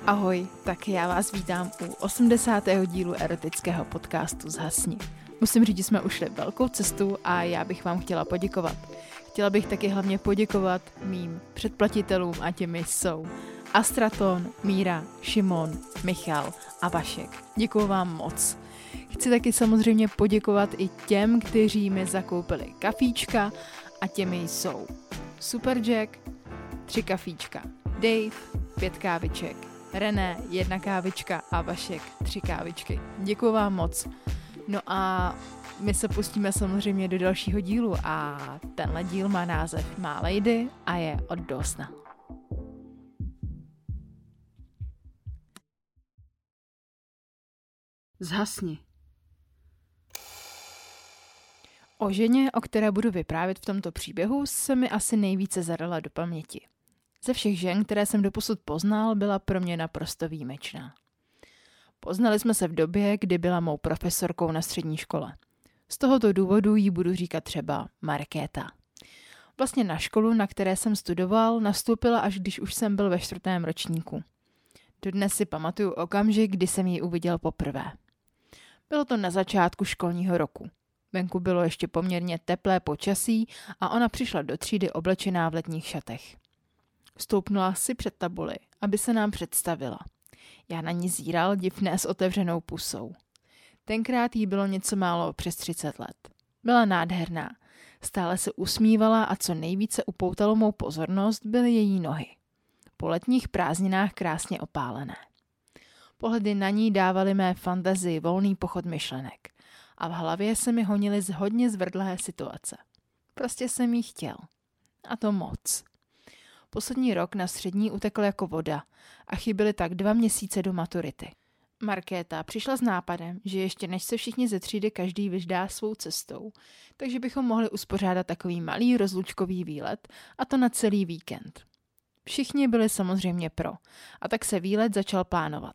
Ahoj, tak já vás vítám u 80. dílu erotického podcastu Zhasni. Musím říct, že jsme ušli velkou cestu a já bych vám chtěla poděkovat. Chtěla bych taky hlavně poděkovat mým předplatitelům a těmi jsou Astraton, Míra, Šimon, Michal a Vašek. Děkuju vám moc. Chci taky samozřejmě poděkovat i těm, kteří mi zakoupili kafíčka a těmi jsou Superjack, 3 kafíčka, Dave, 5 káviček, René, 1 kávička a Vašek, 3 kávičky. Děkuju vám moc. No a my se pustíme samozřejmě do dalšího dílu a tenhle díl má název Má lady a je od dosna. Zhasni. O ženě, o které budu vyprávět v tomto příběhu, se mi asi nejvíce zadala do paměti. Ze všech žen, které jsem doposud poznal, byla pro mě naprosto výjimečná. Poznali jsme se v době, kdy byla mou profesorkou na střední škole. Z tohoto důvodu jí budu říkat třeba Markéta. Vlastně na školu, na které jsem studoval, nastoupila, až když už jsem byl ve 4. ročníku. Dodnes si pamatuju okamžik, kdy jsem ji uviděl poprvé. Bylo to na začátku školního roku. Venku bylo ještě poměrně teplé počasí a ona přišla do třídy oblečená v letních šatech. Stoupnula si před tabuli, aby se nám představila. Já na ní zíral divné s otevřenou pusou. Tenkrát jí bylo něco málo přes 30 let. Byla nádherná, stále se usmívala a co nejvíce upoutalo mou pozornost byly její nohy. Po letních prázdninách krásně opálené. Pohledy na ní dávaly mé fantazii volný pochod myšlenek a v hlavě se mi honily z hodně zvrdlé situace. Prostě jsem jí chtěl. A to moc. Poslední rok na střední utekl jako voda a chyběly tak 2 měsíce do maturity. Markéta přišla s nápadem, že ještě než se všichni ze třídy každý vyždá svou cestou, takže bychom mohli uspořádat takový malý rozlučkový výlet a to na celý víkend. Všichni byli samozřejmě pro a tak se výlet začal plánovat.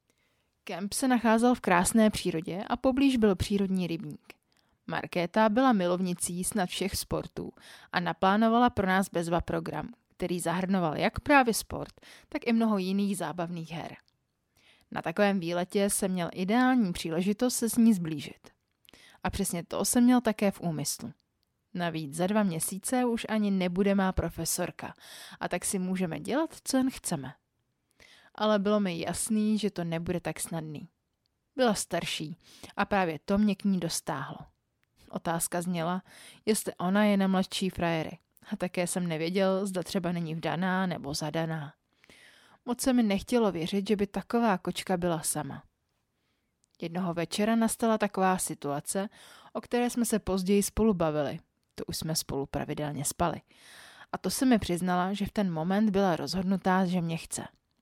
Kemp se nacházel v krásné přírodě a poblíž byl přírodní rybník. Markéta byla milovnicí snad všech sportů a naplánovala pro nás bezva program, který zahrnoval jak právě sport, tak i mnoho jiných zábavných her. Na takovém výletě jsem měl ideální příležitost se s ní zblížit. A přesně to jsem měl také v úmyslu. Navíc za 2 měsíce už ani nebude má profesorka a tak si můžeme dělat, co jen chceme. Ale bylo mi jasný, že to nebude tak snadný. Byla starší a právě to mě k ní dostáhlo. Otázka zněla, jestli ona je na mladší frajery. A také jsem nevěděl, zda třeba není vdaná nebo zadaná. Moc se mi nechtělo věřit, že by taková kočka byla sama. Jednoho večera nastala taková situace, o které jsme se později spolu bavili. To už jsme spolu pravidelně spali. A to se mi přiznala, že v ten moment byla rozhodnutá, že mě chce.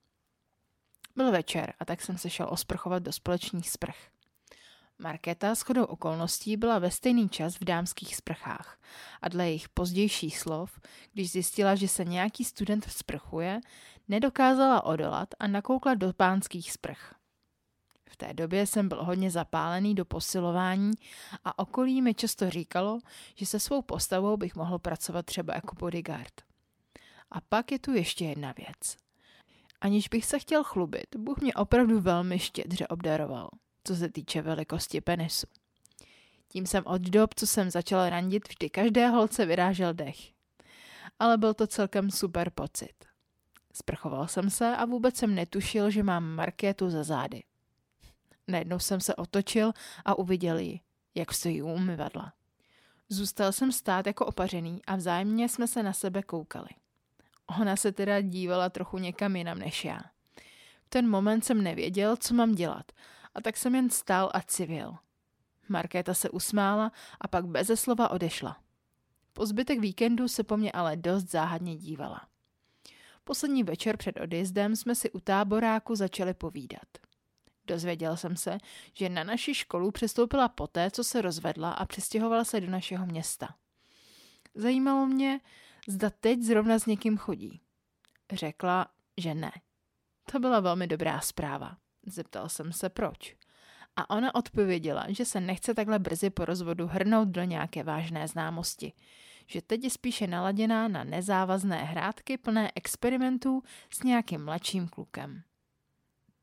Byl večer a tak jsem se šel osprchovat do společných sprch. Markéta shodou okolností byla ve stejný čas v dámských sprchách a dle jejich pozdějších slov, když zjistila, že se nějaký student sprchuje, nedokázala odolat a nakoukla do pánských sprch. V té době jsem byl hodně zapálený do posilování a okolí mi často říkalo, že se svou postavou bych mohl pracovat třeba jako bodyguard. A pak je tu ještě jedna věc. Aniž bych se chtěl chlubit, Bůh mě opravdu velmi štědře obdaroval, co se týče velikosti penisu. Tím jsem od dob, co jsem začal randit, vždy každé holce vyrážel dech. Ale byl to celkem super pocit. Sprchoval jsem se a vůbec jsem netušil, že mám Markétu za zády. Najednou jsem se otočil a uviděl ji, jak stojí u umyvadla. Zůstal jsem stát jako opařený a vzájemně jsme se na sebe koukali. Ona se teda dívala trochu někam jinam než já. V ten moment jsem nevěděl, co mám dělat, a tak jsem jen stál a civil. Markéta se usmála a pak beze slova odešla. Po zbytek víkendu se po mně ale dost záhadně dívala. Poslední večer před odjezdem jsme si u táboráku začali povídat. Dozvěděl jsem se, že na naši školu přestoupila poté, co se rozvedla a přestěhovala se do našeho města. Zajímalo mě, zda teď zrovna s někým chodí. Řekla, že ne. To byla velmi dobrá zpráva. Zeptal jsem se proč. A ona odpověděla, že se nechce takhle brzy po rozvodu hrnout do nějaké vážné známosti. Že teď je spíše naladěná na nezávazné hrátky plné experimentů s nějakým mladším klukem.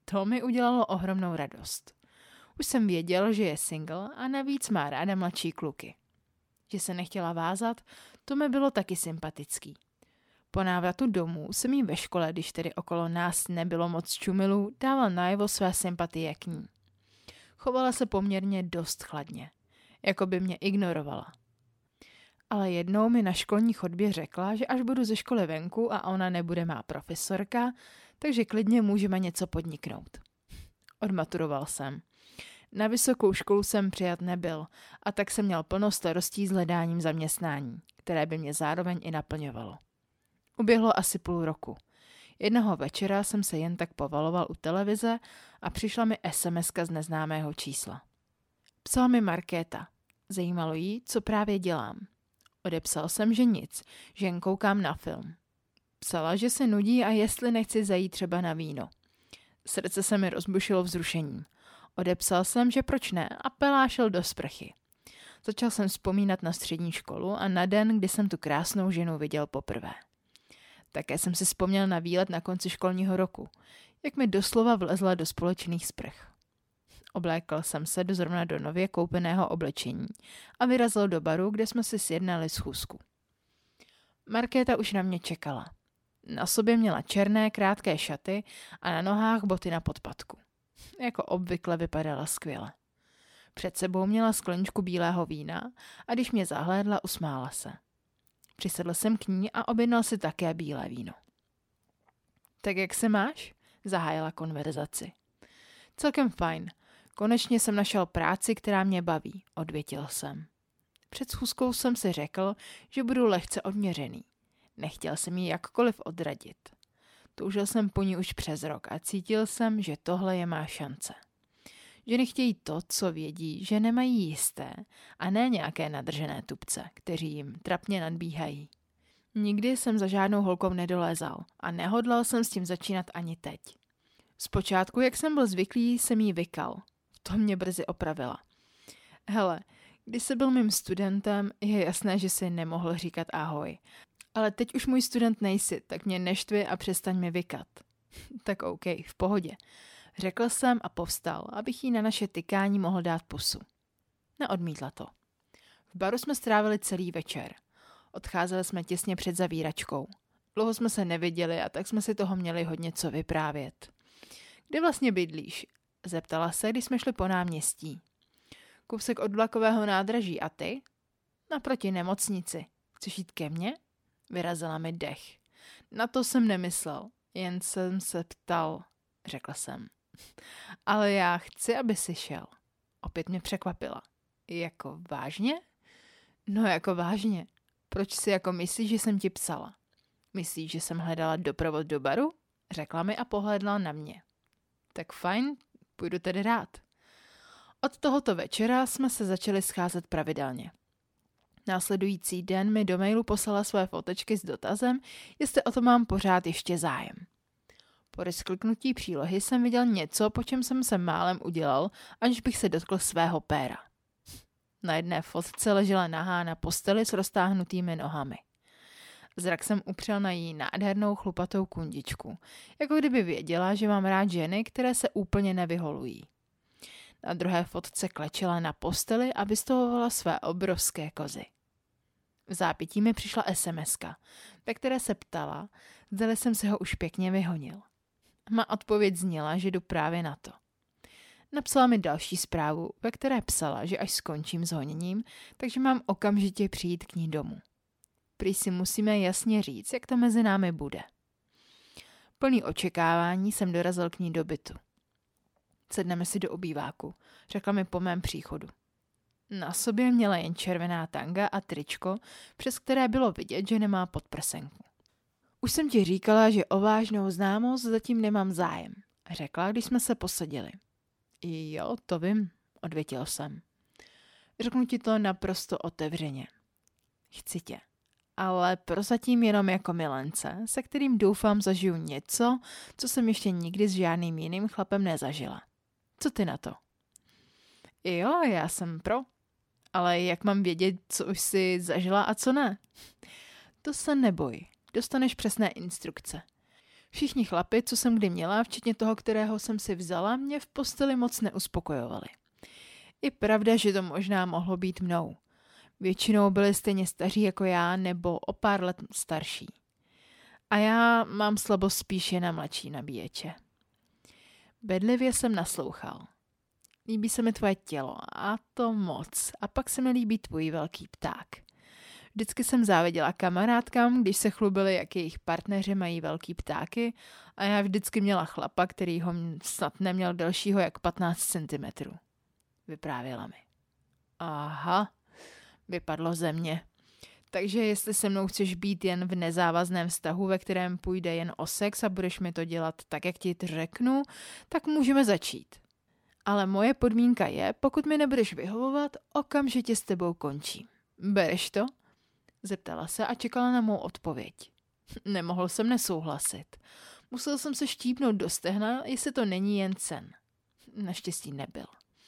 To mi udělalo ohromnou radost. Už jsem věděl, že je single a navíc má ráda mladší kluky. Že se nechtěla vázat, to mi bylo taky sympatický. Po návratu domů jsem jí ve škole, když tedy okolo nás nebylo moc čumilů, dával najevo své sympatie k ní. Chovala se poměrně dost chladně, jako by mě ignorovala. Ale jednou mi na školní chodbě řekla, že až budu ze školy venku a ona nebude má profesorka, takže klidně můžeme něco podniknout. Odmaturoval jsem. Na vysokou školu jsem přijat nebyl a tak jsem měl plno starostí s hledáním zaměstnání, které by mě zároveň i naplňovalo. Uběhlo asi půl roku. Jednoho večera jsem se jen tak povaloval u televize a přišla mi SMS-ka z neznámého čísla. Psala mi Markéta. Zajímalo jí, co právě dělám. Odepsal jsem, že nic, že jen koukám na film. Psala, že se nudí a jestli nechci zajít třeba na víno. Srdce se mi rozbušilo vzrušením. Odepsal jsem, že proč ne, a pelášel do sprchy. Začal jsem vzpomínat na střední školu a na den, kdy jsem tu krásnou ženu viděl poprvé. Také jsem si vzpomněl na výlet na konci školního roku, jak mi doslova vlezla do společných sprch. Oblékl jsem se zrovna do nově koupeného oblečení a vyrazil do baru, kde jsme si sjednali schůzku. Markéta už na mě čekala. Na sobě měla černé krátké šaty a na nohách boty na podpatku. Jako obvykle vypadala skvěle. Před sebou měla skleničku bílého vína a když mě zahlédla, usmála se. Přisedl jsem k ní a objednal si také bílé víno. Tak jak se máš? Zahájila konverzaci. Celkem fajn. Konečně jsem našel práci, která mě baví, odvětil jsem. Před schůzkou jsem si řekl, že budu lehce odměřený. Nechtěl jsem ji jakkoliv odradit. Toužil jsem po ní už přes rok a cítil jsem, že tohle je má šance. Ženy chtějí to, co vědí, že nemají jisté, a ne nějaké nadržené tupce, kteří jim trapně nadbíhají. Nikdy jsem za žádnou holkou nedolézal a nehodlal jsem s tím začínat ani teď. Zpočátku, jak jsem byl zvyklý, jsem jí vykal. To mě brzy opravila. Hele, když jsi byl mým studentem, je jasné, že si nemohl říkat ahoj. Ale teď už můj student nejsi, tak mě neštvi a přestaň mi vykat. Tak OK, v pohodě. Řekl jsem a povstal, abych jí na naše tykání mohl dát pusu. Neodmítla to. V baru jsme strávili celý večer. Odcházeli jsme těsně před zavíračkou. Dlouho jsme se neviděli a tak jsme si toho měli hodně co vyprávět. Kde vlastně bydlíš? Zeptala se, když jsme šli po náměstí. Kousek od vlakového nádraží, a ty? Naproti nemocnici. Chceš jít ke mně? Vyrazila mi dech. Na to jsem nemyslel, jen jsem se ptal, řekla jsem. Ale já chci, aby si šel. Opět mě překvapila. Jako vážně? No jako vážně. Proč si jako myslíš, že jsem ti psala? Myslíš, že jsem hledala doprovod do baru? Řekla mi a pohlédla na mě. Tak fajn, půjdu tedy rád. Od tohoto večera jsme se začali scházet pravidelně. Následující den mi do mailu poslala své fotečky s dotazem, jestli o to mám pořád ještě zájem. Po rozkliknutí přílohy jsem viděl něco, po čem jsem se málem udělal, aniž bych se dotkl svého péra. Na jedné fotce ležela nahá na posteli s roztáhnutými nohami. Zrak jsem upřel na její nádhernou chlupatou kundičku, jako kdyby věděla, že mám rád ženy, které se úplně nevyholují. Na druhé fotce klečela na posteli a vystavovala své obrovské kozy. V zápětí mi přišla SMS-ka, ve které se ptala, zdali jsem se ho už pěkně vyhonil. Má odpověď zněla, že jdu právě na to. Napsala mi další zprávu, ve které psala, že až skončím s honěním, takže mám okamžitě přijít k ní domů. Prý si musíme jasně říct, jak to mezi námi bude. Plný očekávání jsem dorazil k ní do bytu. Sedneme si do obýváku, řekla mi po mém příchodu. Na sobě měla jen červená tanga a tričko, přes které bylo vidět, že nemá podprsenku. Už jsem ti říkala, že o vážnou známost zatím nemám zájem, řekla, když jsme se posadili. Jo, to vím, odvětil jsem. Řeknu ti to naprosto otevřeně. Chci tě, ale prozatím jenom jako milence, se kterým doufám zažiju něco, co jsem ještě nikdy s žádným jiným chlapem nezažila. Co ty na to? Jo, já jsem pro. Ale jak mám vědět, co už jsi zažila a co ne? To se neboj, dostaneš přesné instrukce. Všichni chlapi, co jsem kdy měla, včetně toho, kterého jsem si vzala, mě v posteli moc neuspokojovali. Je pravda, že to možná mohlo být mnou. Většinou byli stejně staří jako já nebo o pár let starší. A já mám slabost spíše na mladší nabíječe. Bedlivě jsem naslouchal. Líbí se mi tvoje tělo, a to moc. A pak se mi líbí tvůj velký pták. Vždycky jsem záviděla kamarádkám, když se chlubili, jak jejich partneři mají velký ptáky, a já vždycky měla chlapa, který ho snad neměl delšího jak 15 cm. Vyprávěla mi. Aha, vypadlo ze mě. Takže jestli se mnou chceš být jen v nezávazném vztahu, ve kterém půjde jen o sex a budeš mi to dělat tak, jak ti řeknu, tak můžeme začít. Ale moje podmínka je, pokud mi nebudeš vyhovovat, okamžitě s tebou končím. Bereš to? Zeptala se a čekala na mou odpověď. Nemohl jsem nesouhlasit. Musel jsem se štípnout do stehna, jestli to není jen sen. Naštěstí nebyl.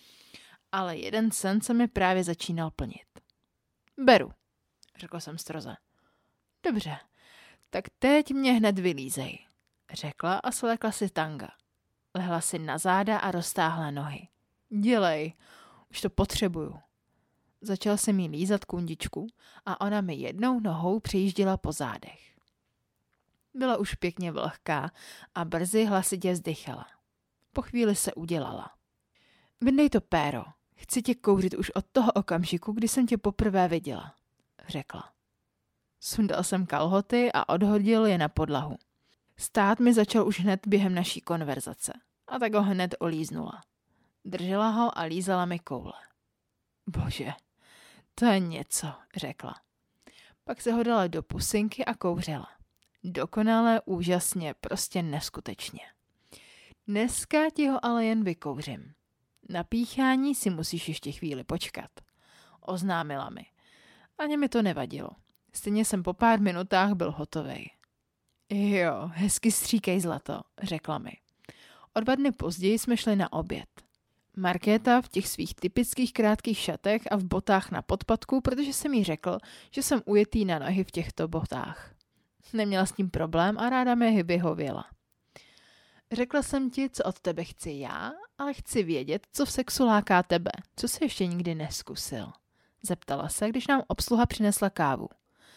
Ale jeden sen se mi právě začínal plnit. Beru, řekl jsem stroze. Dobře, tak teď mě hned vylízej, řekla a svlékla si tanga. Lehla si na záda a roztáhla nohy. Dělej, už to potřebuju. Začal jsem jí lízat kundičku a ona mi jednou nohou přejížděla po zádech. Byla už pěkně vlhká a brzy hlasitě vzdychala. Po chvíli se udělala. Vyndej to péro, chci tě kouřit už od toho okamžiku, kdy jsem tě poprvé viděla, řekla. Sundal jsem kalhoty a odhodil je na podlahu. Stát mi začal už hned během naší konverzace a tak ho hned olíznula. Držela ho a lízala mi koule. Bože, to je něco, řekla. Pak se ho dala do pusinky a kouřila. Dokonale, úžasně, prostě neskutečně. Dneska ti ho ale jen vykouřím. Na píchání si musíš ještě chvíli počkat, oznámila mi. Ani mi to nevadilo. Stejně jsem po pár minutách byl hotovej. Jo, hezky stříkej zlato, řekla mi. O 2 dny později jsme šli na oběd. Markéta v těch svých typických krátkých šatech a v botách na podpatku, protože jsem jí řekl, že jsem ujetý na nohy v těchto botách. Neměla s tím problém a ráda mi vyhověla. Řekla jsem ti, co od tebe chci já, ale chci vědět, co v sexu láká tebe, co jsi ještě nikdy neskusil. Zeptala se, když nám obsluha přinesla kávu.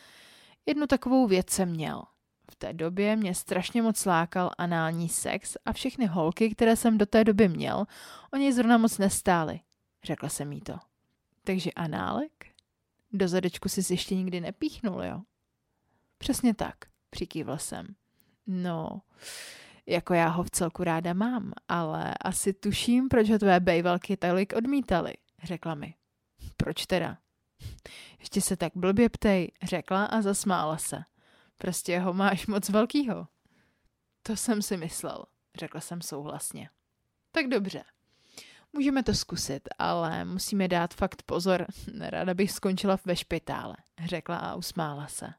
Jednu takovou věc jsem měl. V té době mě strašně moc lákal anální sex a všechny holky, které jsem do té doby měl, o něj zrovna moc nestály. Řekla jsem jí to. Takže análek? Do zadečku jsi ještě nikdy nepíchnul, jo? Přesně tak, přikývl jsem. No, jako já ho v celku ráda mám, ale asi tuším, proč ho tvé bejvalky tolik odmítali, řekla mi. Proč teda? Ještě se tak blbě ptej, řekla a zasmála se. Prostě ho máš moc velkýho. To jsem si myslel, řekla jsem souhlasně. Tak dobře, můžeme to zkusit, ale musíme dát fakt pozor, nerada bych skončila ve špitále, řekla a usmála se.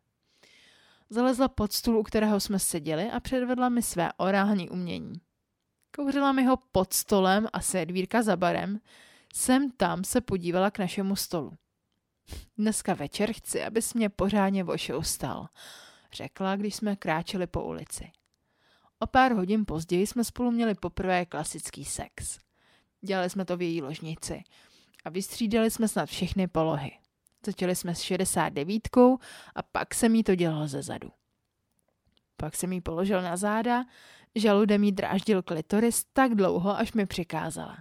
Zalezla pod stůl, u kterého jsme seděli a předvedla mi své orální umění. Kouřila mi ho pod stolem a servírka za barem, sem tam se podívala k našemu stolu. Dneska večer chci, abys mě pořádně vošoustal, řekla, když jsme kráčeli po ulici. O pár hodin později jsme spolu měli poprvé klasický sex. Dělali jsme to v její ložnici a vystřídali jsme snad všechny polohy. Začali jsme s 69 a pak jsem jí to dělal ze zadu. Pak jsem jí položil na záda, žaludem jí dráždil klitoris tak dlouho, až mi přikázala.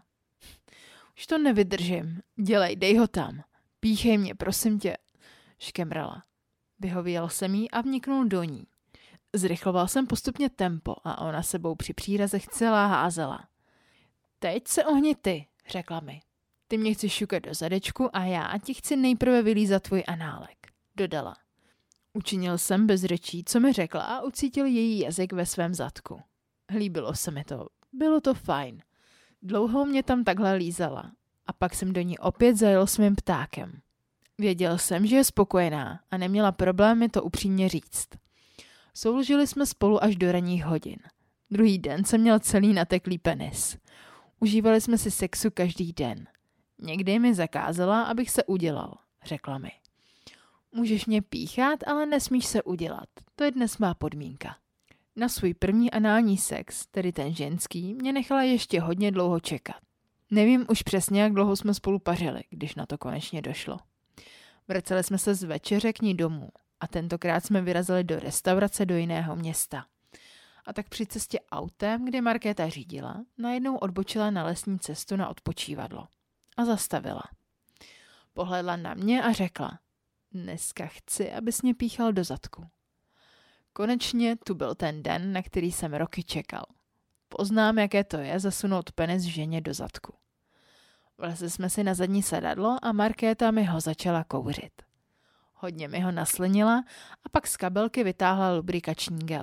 Už to nevydržím, dělej, dej ho tam, píchej mě, prosím tě, škemrala. Vyhověl jsem jí a vniknul do ní. Zrychloval jsem postupně tempo a ona sebou při přírazech celá házela. Teď se ohni ty, řekla mi. Ty mě chceš šukat do zadečku a já ti chci nejprve vylízat tvůj análek, dodala. Učinil jsem bez řečí, co mi řekla a ucítil její jazyk ve svém zadku. Líbilo se mi to, bylo to fajn. Dlouho mě tam takhle lízala a pak jsem do ní opět zajel svým ptákem. Věděl jsem, že je spokojená a neměla problém mi to upřímně říct. Souložili jsme spolu až do ranních hodin. Druhý den jsem měl celý nateklý penis. Užívali jsme si sexu každý den. Někdy mi zakázala, abych se udělal, řekla mi. Můžeš mě píchat, ale nesmíš se udělat. To je dnes má podmínka. Na svůj první anální sex, tedy ten ženský, mě nechala ještě hodně dlouho čekat. Nevím už přesně, jak dlouho jsme spolu pařili, když na to konečně došlo. Vraceli jsme se z večeře k ní domů a tentokrát jsme vyrazili do restaurace do jiného města. A tak při cestě autem, kde Markéta řídila, najednou odbočila na lesní cestu na odpočívadlo. A zastavila. Pohledla na mě a řekla: dneska chci, abys mě píchal do zadku. Konečně tu byl ten den, na který jsem roky čekal. Poznám, jaké to je zasunout penis ženě do zadku. Vlezli jsme si na zadní sedadlo a Markéta mi ho začala kouřit. Hodně mi ho naslinila a pak z kabelky vytáhla lubrikační gel.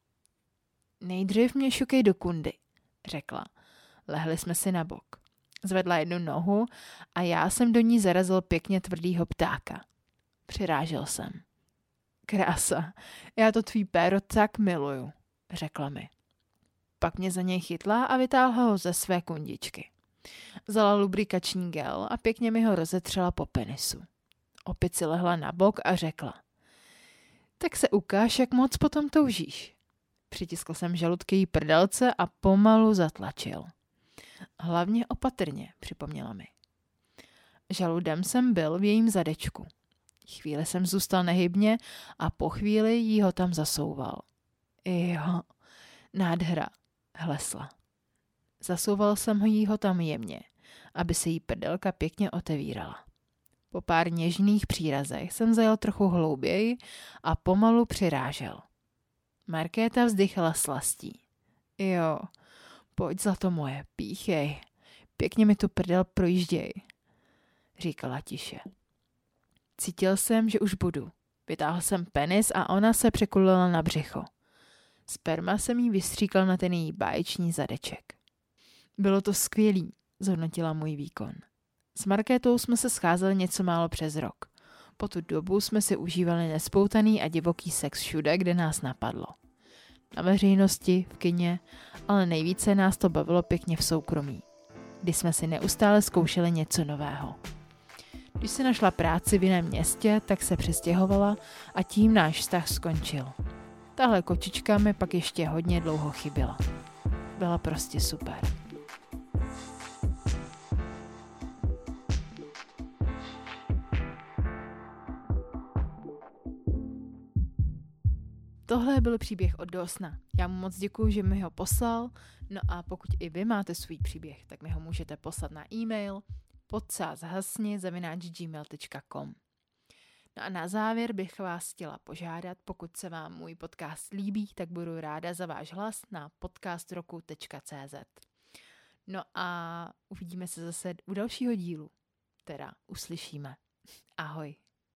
Nejdřív mě šukej do kundy, řekla. Lehli jsme si na bok. Zvedla jednu nohu a já jsem do ní zarazil pěkně tvrdýho ptáka. Přirážel jsem. Krása, já to tvý péro tak miluju, řekla mi. Pak mě za něj chytla a vytáhla ho ze své kundičky. Vzala lubrikační gel a pěkně mi ho rozetřela po penisu. Opět si lehla na bok a řekla: tak se ukáž, jak moc potom toužíš. Přitiskl jsem žaludky jí prdelce a pomalu zatlačil. Hlavně opatrně, připomněla mi. Žaludem jsem byl v jejím zadečku. Chvíli jsem zůstal nehybně a po chvíli jí ho tam zasouval. Jo, nádhera, hlesla. Zasouval jsem jí ho tam jemně, aby se jí prdelka pěkně otevírala. Po pár něžných přírazech jsem zajel trochu hlouběji a pomalu přirážel. Markéta vzdychala slastí. Jo, pojď zlato moje, píchej, pěkně mi tu prdel projížděj, říkala tiše. Cítil jsem, že už budu. Vytáhl jsem penis a ona se překulila na břicho. Sperma jsem jí vystříkal na ten její báječný zadeček. Bylo to skvělý, zhodnotila můj výkon. S Markétou jsme se scházeli něco málo přes rok. Po tu dobu jsme si užívali nespoutaný a divoký sex všude, kde nás napadlo. Na veřejnosti, v kině, ale nejvíce nás to bavilo pěkně v soukromí, kdy jsme si neustále zkoušeli něco nového. Když si našla práci v jiném městě, tak se přestěhovala a tím náš vztah skončil. Tahle kočička mi pak ještě hodně dlouho chyběla. Byla prostě super. Tohle byl příběh od Dosna. Já mu moc děkuju, že mi ho poslal. No a pokud i vy máte svůj příběh, tak mi ho můžete poslat na e-mail podsázhasni@gmail.com. No a na závěr bych vás chtěla požádat, pokud se vám můj podcast líbí, tak budu ráda za váš hlas na podcastroku.cz. No a uvidíme se zase u dalšího dílu. Teda uslyšíme. Ahoj.